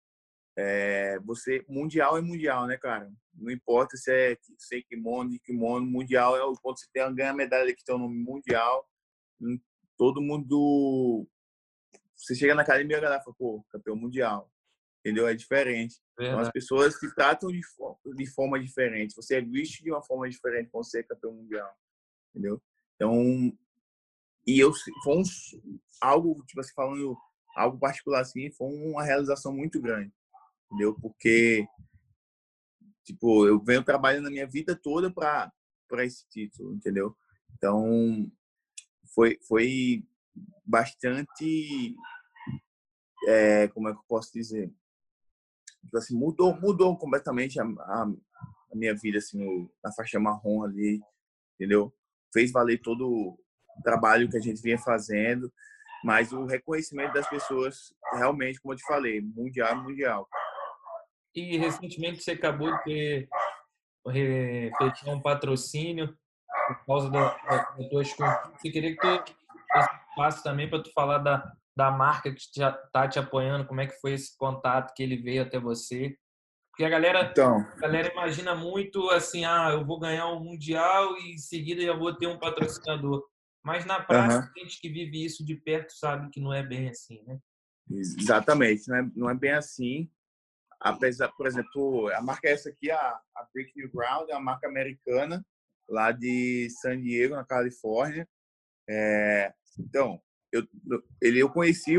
Mundial é Mundial, né, cara? Não importa se é sem kimono, de kimono, Mundial é o ponto que você ganha a medalha que tem o nome Mundial. Todo mundo. Você chega na academia e a galera fala, pô, campeão mundial. Entendeu? É diferente. Então, as Verdade. pessoas se tratam de forma diferente. Você é visto de uma forma diferente quando você é campeão mundial. Entendeu? Então, e eu foi algo, tipo assim, falando algo particular assim, foi uma realização muito grande. Entendeu? Porque, tipo, eu venho trabalhando a minha vida toda para esse título, entendeu? Então, foi bastante, como é que eu posso dizer? Tipo assim, mudou completamente a minha vida assim na faixa marrom ali, entendeu? Fez valer todo o trabalho que a gente vinha fazendo, mas o reconhecimento das pessoas realmente, como eu te falei, mundial é mundial. E recentemente você acabou de fechar um patrocínio por causa das tuas conquistas. Eu queria que tu esse espaço também para tu falar da marca que está te apoiando, como é que foi esse contato que ele veio até você. Porque Então, a galera imagina muito assim, eu vou ganhar um mundial e em seguida já vou ter um patrocinador. Mas na prática, uhum, a gente que vive isso de perto sabe que não é bem assim, né? exatamente, não é bem assim. Apesar, por exemplo, a marca é essa aqui, a Break New Ground, é uma marca americana lá de San Diego, na Califórnia. Então, eu conheci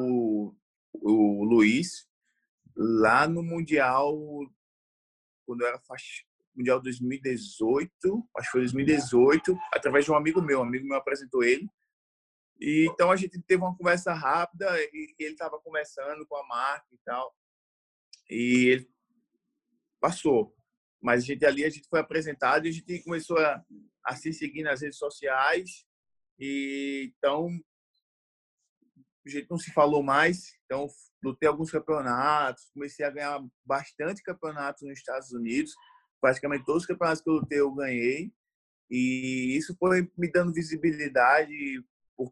o Luiz lá no Mundial, quando eu era Mundial 2018, acho que foi 2018, através de um amigo meu apresentou ele. E então a gente teve uma conversa rápida e ele estava conversando com a marca e tal. E ele passou. Mas a gente foi apresentado e a gente começou a se seguir nas redes sociais. E então a gente não se falou mais, então lutei alguns campeonatos, comecei a ganhar bastante campeonatos nos Estados Unidos, praticamente todos os campeonatos que eu lutei eu ganhei, e isso foi me dando visibilidade por,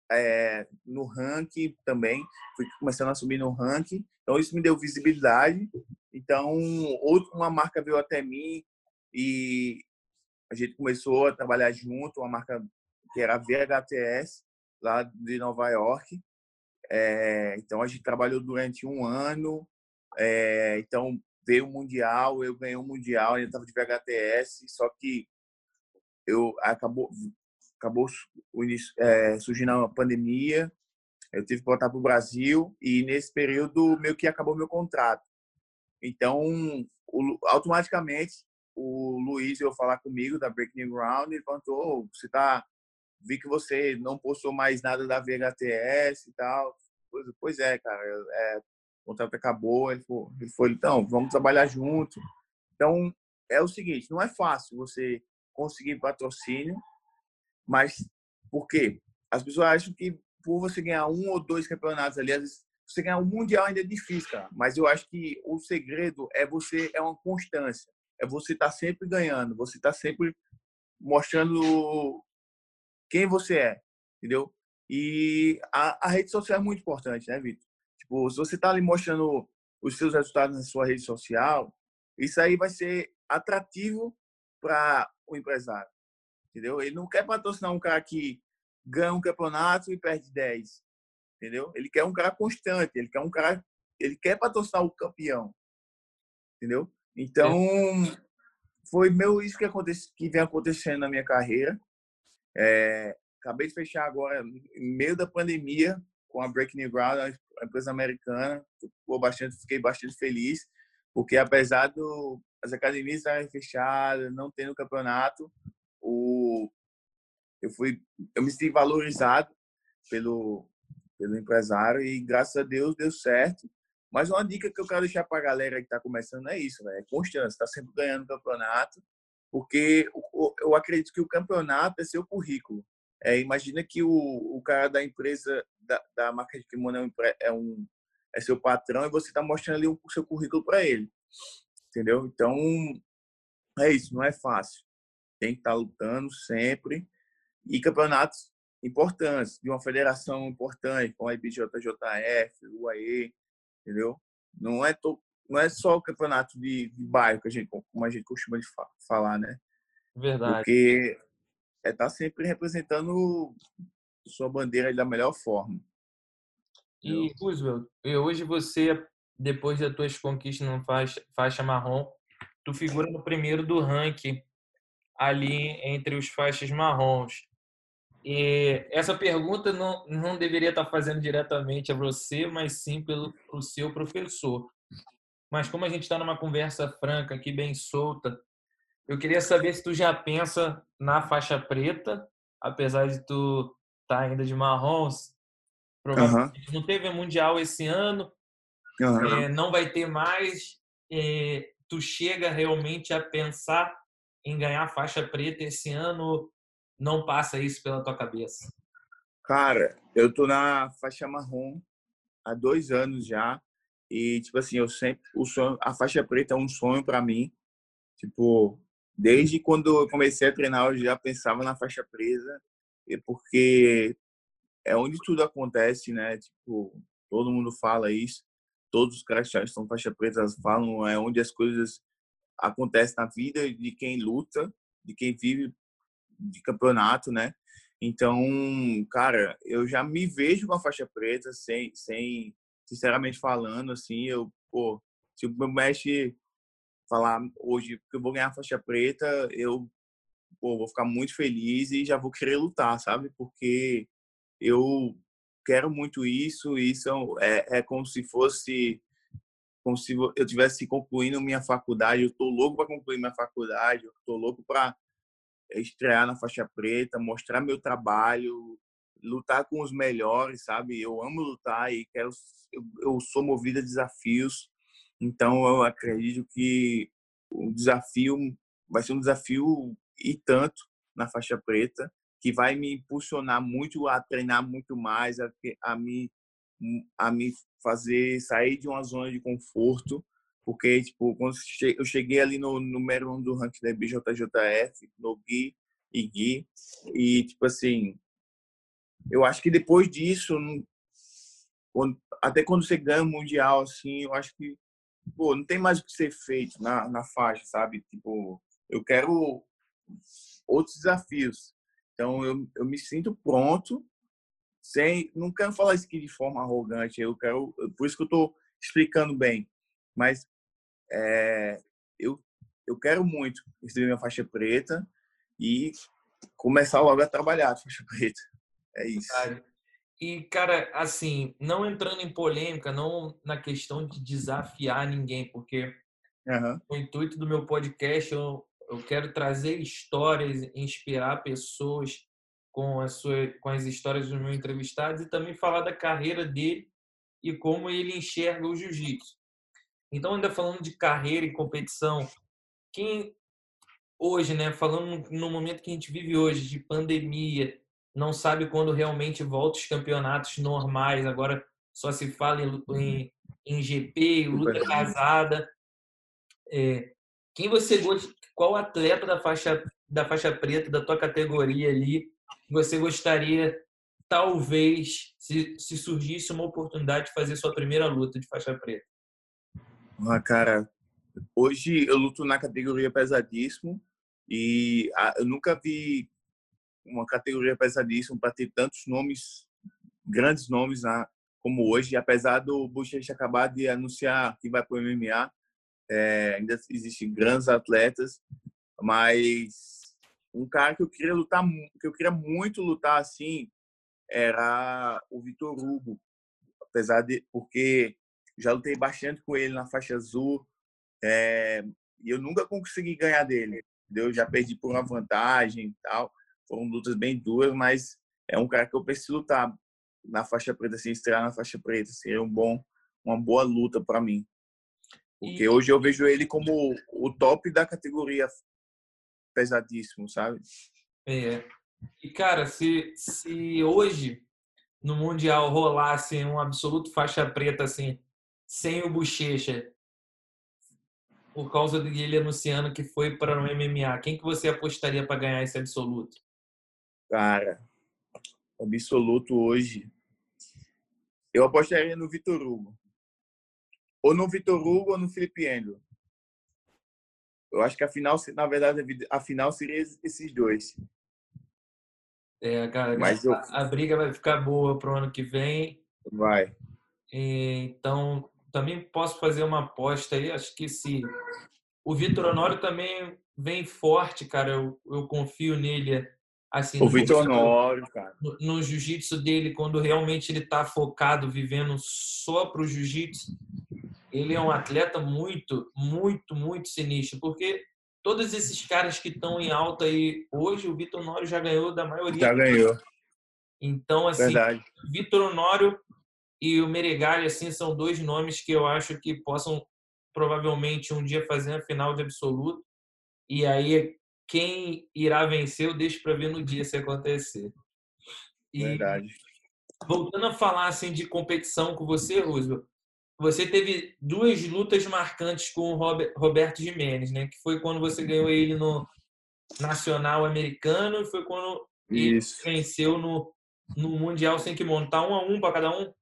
no ranking também, fui começando a subir no ranking, então isso me deu visibilidade, então uma marca veio até mim e a gente começou a trabalhar junto, uma marca que era a VHTS, lá de Nova York. Então, a gente trabalhou durante um ano. Então, veio o Mundial, eu ganhei o Mundial, a gente estava de VHTS, só que eu acabou o início, surgindo a pandemia, eu tive que voltar para o Brasil e, nesse período, meio que acabou meu contrato. Então, automaticamente, o Luiz veio falar comigo da Breaking Ground e perguntou: vi que você não postou mais nada da VHTS e tal. Pois é, cara, o contrato acabou. Ele foi, então, vamos trabalhar junto. Então, é o seguinte, não é fácil você conseguir patrocínio, mas por quê? As pessoas acham que por você ganhar um ou dois campeonatos ali, às vezes, você ganhar o Mundial ainda é difícil, cara. Mas eu acho que o segredo é uma constância. É você estar sempre ganhando, você estar sempre mostrando quem você é, entendeu? E a rede social é muito importante, né, Vitor? Tipo, se você está ali mostrando os seus resultados na sua rede social, isso aí vai ser atrativo para o empresário, entendeu? Ele não quer patrocinar um cara que ganha um campeonato e perde 10, entendeu? Ele quer um cara constante, ele quer patrocinar o campeão, entendeu? Então, foi isso que vem acontecendo na minha carreira. Acabei de fechar agora, em meio da pandemia, com a Breaking New Ground, a empresa americana. Fiquei bastante feliz, porque apesar das academias estarem fechadas, não tendo campeonato, eu me senti valorizado pelo, pelo empresário e, graças a Deus, deu certo. Mas uma dica que eu quero deixar para a galera que está começando é isso, né? É constância, está sempre ganhando campeonato, porque eu acredito que o campeonato é seu currículo. Imagina que o cara da empresa, da marca de kimono é seu patrão e você está mostrando ali o seu currículo para ele, entendeu? Então, é isso, não é fácil. Tem que estar lutando sempre. E campeonatos importantes, de uma federação importante, como a IBJJF, o UAE, entendeu? Não é, não é só o campeonato de bairro, como a gente costuma falar, né? Verdade. Porque tá sempre representando sua bandeira da melhor forma. E, Entendeu? Roosevelt, hoje você, depois das tuas conquistas na faixa marrom, tu figura no primeiro do ranking ali entre os faixas marrons. E essa pergunta não deveria estar fazendo diretamente a você, mas sim pelo o seu professor. Mas como a gente está numa conversa franca aqui, bem solta, eu queria saber se tu já pensa na faixa preta, apesar de tu estar ainda de marrons. Aham, Provavelmente não teve mundial esse ano, aham. não vai ter mais. Tu chega realmente a pensar em ganhar faixa preta esse ano? Não passa isso pela tua cabeça? Cara, eu tô na faixa marrom há 2 anos já. E, tipo assim, a faixa preta é um sonho para mim. Tipo, desde quando eu comecei a treinar, eu já pensava na faixa preta, porque é onde tudo acontece, né? Tipo, todo mundo fala isso, todos os caras que já estão faixa preta falam, é onde as coisas acontecem na vida de quem luta, de quem vive de campeonato, né? Então, cara, eu já me vejo com a faixa preta, sinceramente falando, assim, se o meu mestre falar hoje que eu vou ganhar a faixa preta, vou ficar muito feliz e já vou querer lutar, sabe? Porque eu quero muito isso, é como se eu tivesse concluindo minha faculdade, eu tô louco para concluir minha faculdade, eu tô louco para estrear na faixa preta, mostrar meu trabalho, lutar com os melhores, sabe? Eu amo lutar e eu sou movido a desafios, então eu acredito que o desafio vai ser um desafio e tanto na faixa preta. que vai me impulsionar muito a treinar muito mais, a me fazer sair de uma zona de conforto, porque tipo, quando eu cheguei ali no número 1 do ranking da BJJF, no Gui e Gui, e tipo assim, eu acho que depois disso, até quando você ganha o mundial, assim, eu acho que pô, não tem mais o que ser feito na faixa, sabe? Tipo, eu quero outros desafios. Então, eu me sinto pronto, não quero falar isso aqui de forma arrogante, por isso que eu estou explicando bem, mas é, eu, eu quero muito receber minha faixa preta e começar logo a trabalhar a faixa preta. É isso. E, cara, assim, não entrando em polêmica, não na questão de desafiar ninguém, porque Uhum. o intuito do meu podcast, eu quero trazer histórias, inspirar pessoas com as histórias dos meus entrevistados e também falar da carreira dele e como ele enxerga o jiu-jitsu. Então, ainda falando de carreira e competição, quem hoje, né, falando no momento que a gente vive hoje, de pandemia, não sabe quando realmente volta os campeonatos normais, agora só se fala em GP, luta casada. Quem você gosta, qual atleta da faixa preta da tua categoria ali você gostaria, talvez, se surgisse uma oportunidade de fazer sua primeira luta de faixa preta? Cara, hoje eu luto na categoria pesadíssimo e eu nunca vi uma categoria pesadíssima para ter tantos nomes, grandes nomes como hoje. Apesar do Bochecha acabar de anunciar que vai para o MMA, ainda existem grandes atletas, mas um cara que eu queria lutar, que eu queria muito lutar assim, era o Vitor Hugo, porque já lutei bastante com ele na faixa azul, e eu nunca consegui ganhar dele. Eu já perdi por uma vantagem e tal. Foram lutas bem duras, mas é um cara que eu preciso lutar na faixa preta, assim, estrear na faixa preta. Seria uma boa luta para mim. Porque E, hoje eu vejo ele como o top da categoria pesadíssimo, sabe? é, cara, se hoje no Mundial rolasse um absoluto faixa preta assim, sem o Bochecha, por causa dele anunciando que foi para o MMA, quem que você apostaria para ganhar esse absoluto? Cara, absoluto hoje. Eu apostaria no Vitor Hugo. Ou no Vitor Hugo ou no Felipe Endo. Eu acho que a final, na verdade, a final seria esses dois. Cara, Mas a briga vai ficar boa para o ano que vem. vai. Então, também posso fazer uma aposta aí. Acho que se o Vitor Honório também vem forte, cara. Eu confio nele, assim, O Vitor Honório, cara. no jiu-jitsu dele, quando realmente ele está focado, vivendo só para o jiu-jitsu. Ele é um atleta muito, muito, muito sinistro, porque todos esses caras que estão em alta aí hoje, o Vitor Honório já ganhou da maioria. Já ganhou. Então, assim, Verdade. Vitor Honório e o Meregali, assim, são dois nomes que eu acho que possam provavelmente um dia fazer a final de absoluto. E aí, quem irá vencer, eu deixo para ver no dia se acontecer. E Verdade. voltando a falar assim de competição com você, Roosevelt, você teve duas lutas marcantes com o Roberto Gimenez, né? Que foi quando você ganhou ele no Nacional Americano e foi quando ele Isso. venceu no Mundial sem kimono. Tá 1-1 para cada um?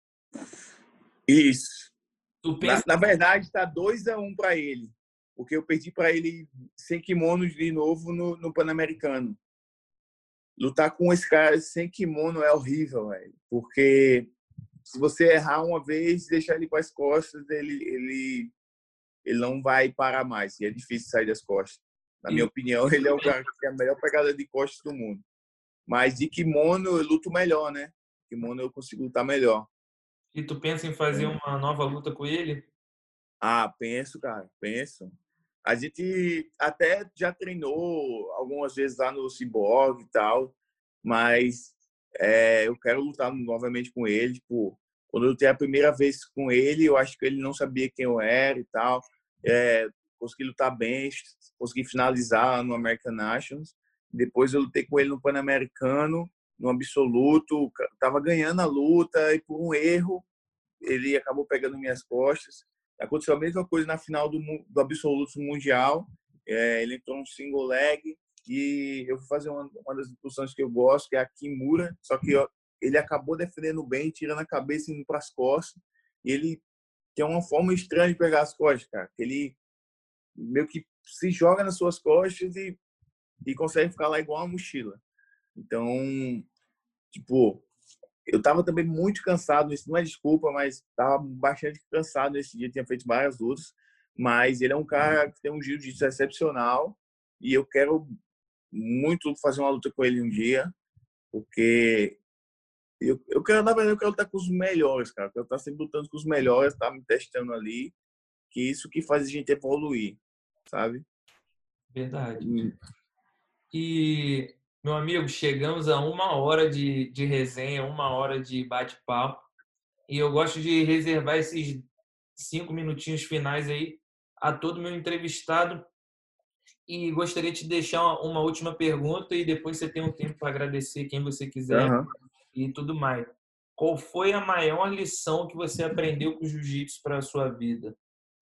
Isso. Tu Na, pensa na verdade, tá 2-1 para ele. Porque eu perdi para ele sem kimono de novo no Pan-Americano. Lutar com esse cara sem kimono é horrível, velho. Porque se você errar uma vez, deixar ele para as costas, ele não vai parar mais. E é difícil sair das costas. Na minha e, opinião, ele é o cara que tem a melhor pegada de costas do mundo. Mas de kimono eu luto melhor, né? Kimono eu consigo lutar melhor. e tu pensa em fazer uma nova luta com ele? Penso, cara, penso. A gente até já treinou algumas vezes lá no Cyborg e tal, mas eu quero lutar novamente com ele. Tipo, quando eu lutei a primeira vez com ele, eu acho que ele não sabia quem eu era e tal. Consegui lutar bem, consegui finalizar no American Nations, Depois eu lutei com ele no Pan-Americano, no absoluto. Tava ganhando a luta e por um erro ele acabou pegando minhas costas. Aconteceu a mesma coisa na final do absoluto mundial. Ele entrou no single leg e eu fui fazer uma das posições que eu gosto, que é a Kimura, só que ele acabou defendendo bem, tirando a cabeça e indo para as costas. E ele tem uma forma estranha de pegar as costas, cara. Ele meio que se joga nas suas costas e consegue ficar lá igual uma mochila. Então, tipo, eu tava também muito cansado, isso não é desculpa, mas tava bastante cansado nesse dia, tinha feito várias lutas, mas ele é um cara que tem um jiu-jitsu excepcional e eu quero muito fazer uma luta com ele um dia, porque eu quero, na verdade, eu quero estar com os melhores, cara. Eu quero estar sempre lutando com os melhores, tá me testando ali, que isso que faz a gente evoluir, sabe? Verdade. E, meu amigo, chegamos a 1 hora de resenha, 1 hora de bate-papo. E eu gosto de reservar esses 5 minutinhos finais aí a todo meu entrevistado. E gostaria de te deixar uma última pergunta e depois você tem um tempo para agradecer quem você quiser Uhum. e tudo mais. Qual foi a maior lição que você aprendeu com o jiu-jitsu para a sua vida?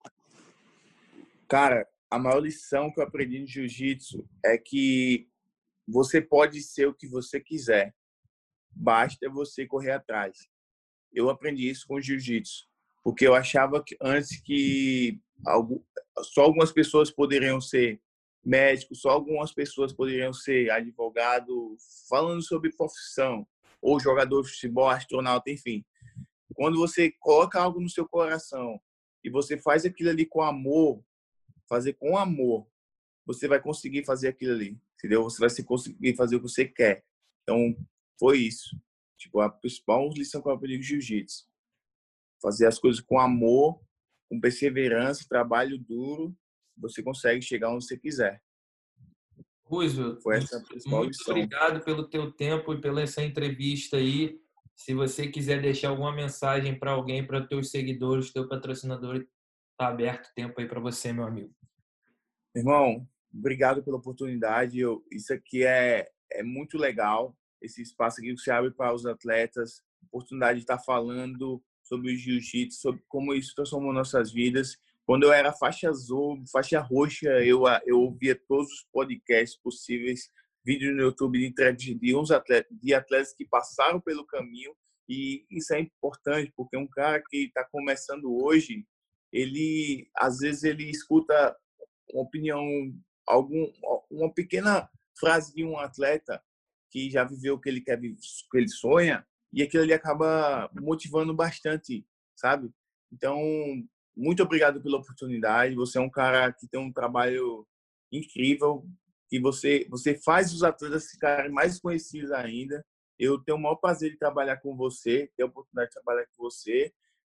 Cara, a maior lição que eu aprendi no jiu-jitsu é que você pode ser o que você quiser, basta você correr atrás. Eu aprendi isso com o jiu-jitsu, porque eu achava que antes que só algumas pessoas poderiam ser médicos, só algumas pessoas poderiam ser advogado, falando sobre profissão, ou jogador de futebol, astronauta, enfim. Quando você coloca algo no seu coração e você faz aquilo ali com amor, fazer com amor, você vai conseguir fazer aquilo ali, entendeu? Você vai conseguir fazer o que você quer. Então, foi isso. Tipo, a principal lição que eu aprendi com jiu-jitsu. Fazer as coisas com amor, com perseverança, trabalho duro, você consegue chegar onde você quiser. Roosevelt, Foi essa a principal muito lição. obrigado pelo teu tempo e pela essa entrevista aí. Se você quiser deixar alguma mensagem para alguém, para teus seguidores, teu patrocinador, está aberto o tempo aí para você, meu amigo. Irmão, obrigado pela oportunidade. Isso aqui é muito legal. Esse espaço aqui que se abre para os atletas, oportunidade de estar falando sobre o jiu-jitsu, sobre como isso transformou nossas vidas. Quando eu era faixa azul, faixa roxa, eu ouvia todos os podcasts possíveis, vídeos no YouTube de atletas que passaram pelo caminho. E isso é importante, porque um cara que está começando hoje, ele às vezes ele escuta uma opinião, uma pequena frase de um atleta que já viveu o que ele quer, o que ele sonha, e aquilo ali acaba motivando bastante, sabe? Então, muito obrigado pela oportunidade. Você é um cara que tem um trabalho incrível, que você faz os atletas ficarem mais conhecidos ainda. Eu tenho o maior prazer de trabalhar com você, ter a oportunidade de trabalhar com você.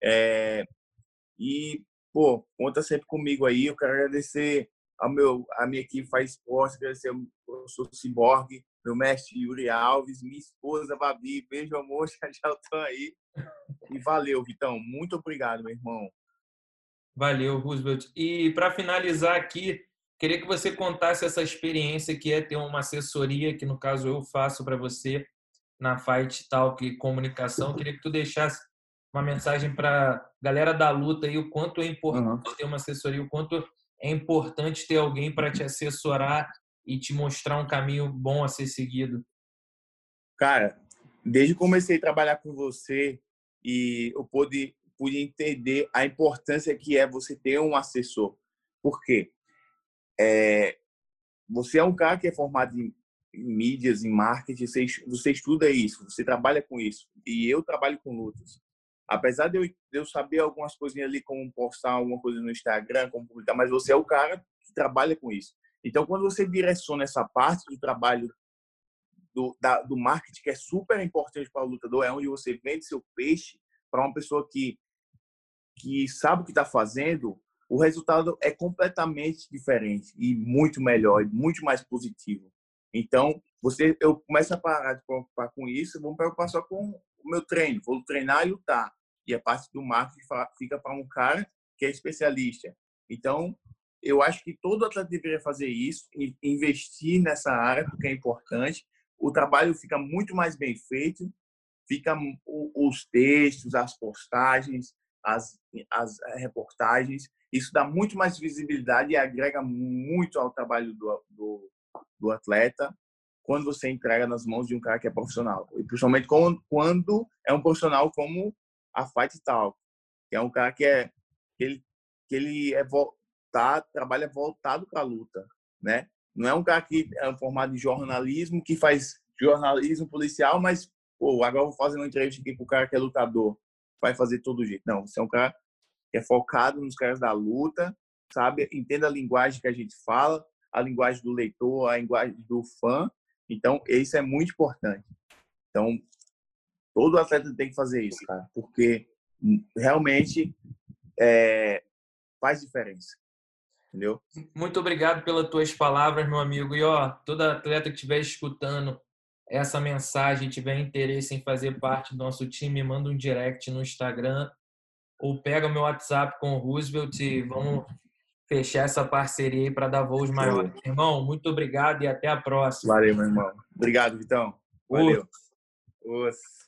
E, pô, conta sempre comigo aí. Eu quero agradecer a minha equipe Faz Esporte, agradecer ao professor Ciborgue, meu mestre Yuri Alves, minha esposa Babi. Beijo, amor, já estão aí. E valeu, Vitão. Muito obrigado, meu irmão. Valeu, Roosevelt. E para finalizar aqui, queria que você contasse essa experiência que é ter uma assessoria, que no caso eu faço para você na Fight Talk Comunicação. Queria que tu deixasse uma mensagem para a galera da luta aí, o quanto é importante Uhum. ter uma assessoria, o quanto é importante ter alguém para te assessorar e te mostrar um caminho bom a ser seguido. Cara, desde que comecei a trabalhar com você e eu pude entender a importância que é você ter um assessor. Por quê? Você é um cara que é formado em mídias, em marketing, você estuda isso, você trabalha com isso. E eu trabalho com lutas. Apesar de eu saber algumas coisinhas ali, como postar alguma coisa no Instagram, como publicar, mas você é o cara que trabalha com isso. Então, quando você direciona essa parte do trabalho do marketing, que é super importante para o lutador, é onde você vende seu peixe para uma pessoa que sabe o que está fazendo, o resultado é completamente diferente e muito melhor e muito mais positivo. Então, eu começo a parar de preocupar com isso, vou me preocupar só com o meu treino, vou treinar e lutar. E a parte do marketing fica para um cara que é especialista. Então, eu acho que todo atleta deveria fazer isso, e investir nessa área, porque é importante. O trabalho fica muito mais bem feito, fica os textos, as postagens, as reportagens. Isso dá muito mais visibilidade e agrega muito ao trabalho do atleta quando você entrega nas mãos de um cara que é profissional. E principalmente quando é um profissional como a Fight Talk, que é um cara que ele trabalha voltado para a luta, né? Não é um cara que é formado em jornalismo, que faz jornalismo policial, mas pô, agora eu vou fazer uma entrevista aqui pro cara que é lutador, vai fazer todo jeito. Não, você é um cara que é focado nos caras da luta, sabe? Entenda a linguagem que a gente fala, a linguagem do leitor, a linguagem do fã. Então, isso é muito importante. Então, todo atleta tem que fazer isso, cara, porque realmente faz diferença, entendeu? Muito obrigado pelas tuas palavras, meu amigo. E ó, todo atleta que estiver escutando essa mensagem, tiver interesse em fazer parte do nosso time, manda um direct no Instagram ou pega o meu WhatsApp com o Roosevelt e vamos fechar essa parceria aí para dar voos maiores. Irmão, muito obrigado e até a próxima. Valeu, meu irmão. Obrigado, Vitão. Valeu.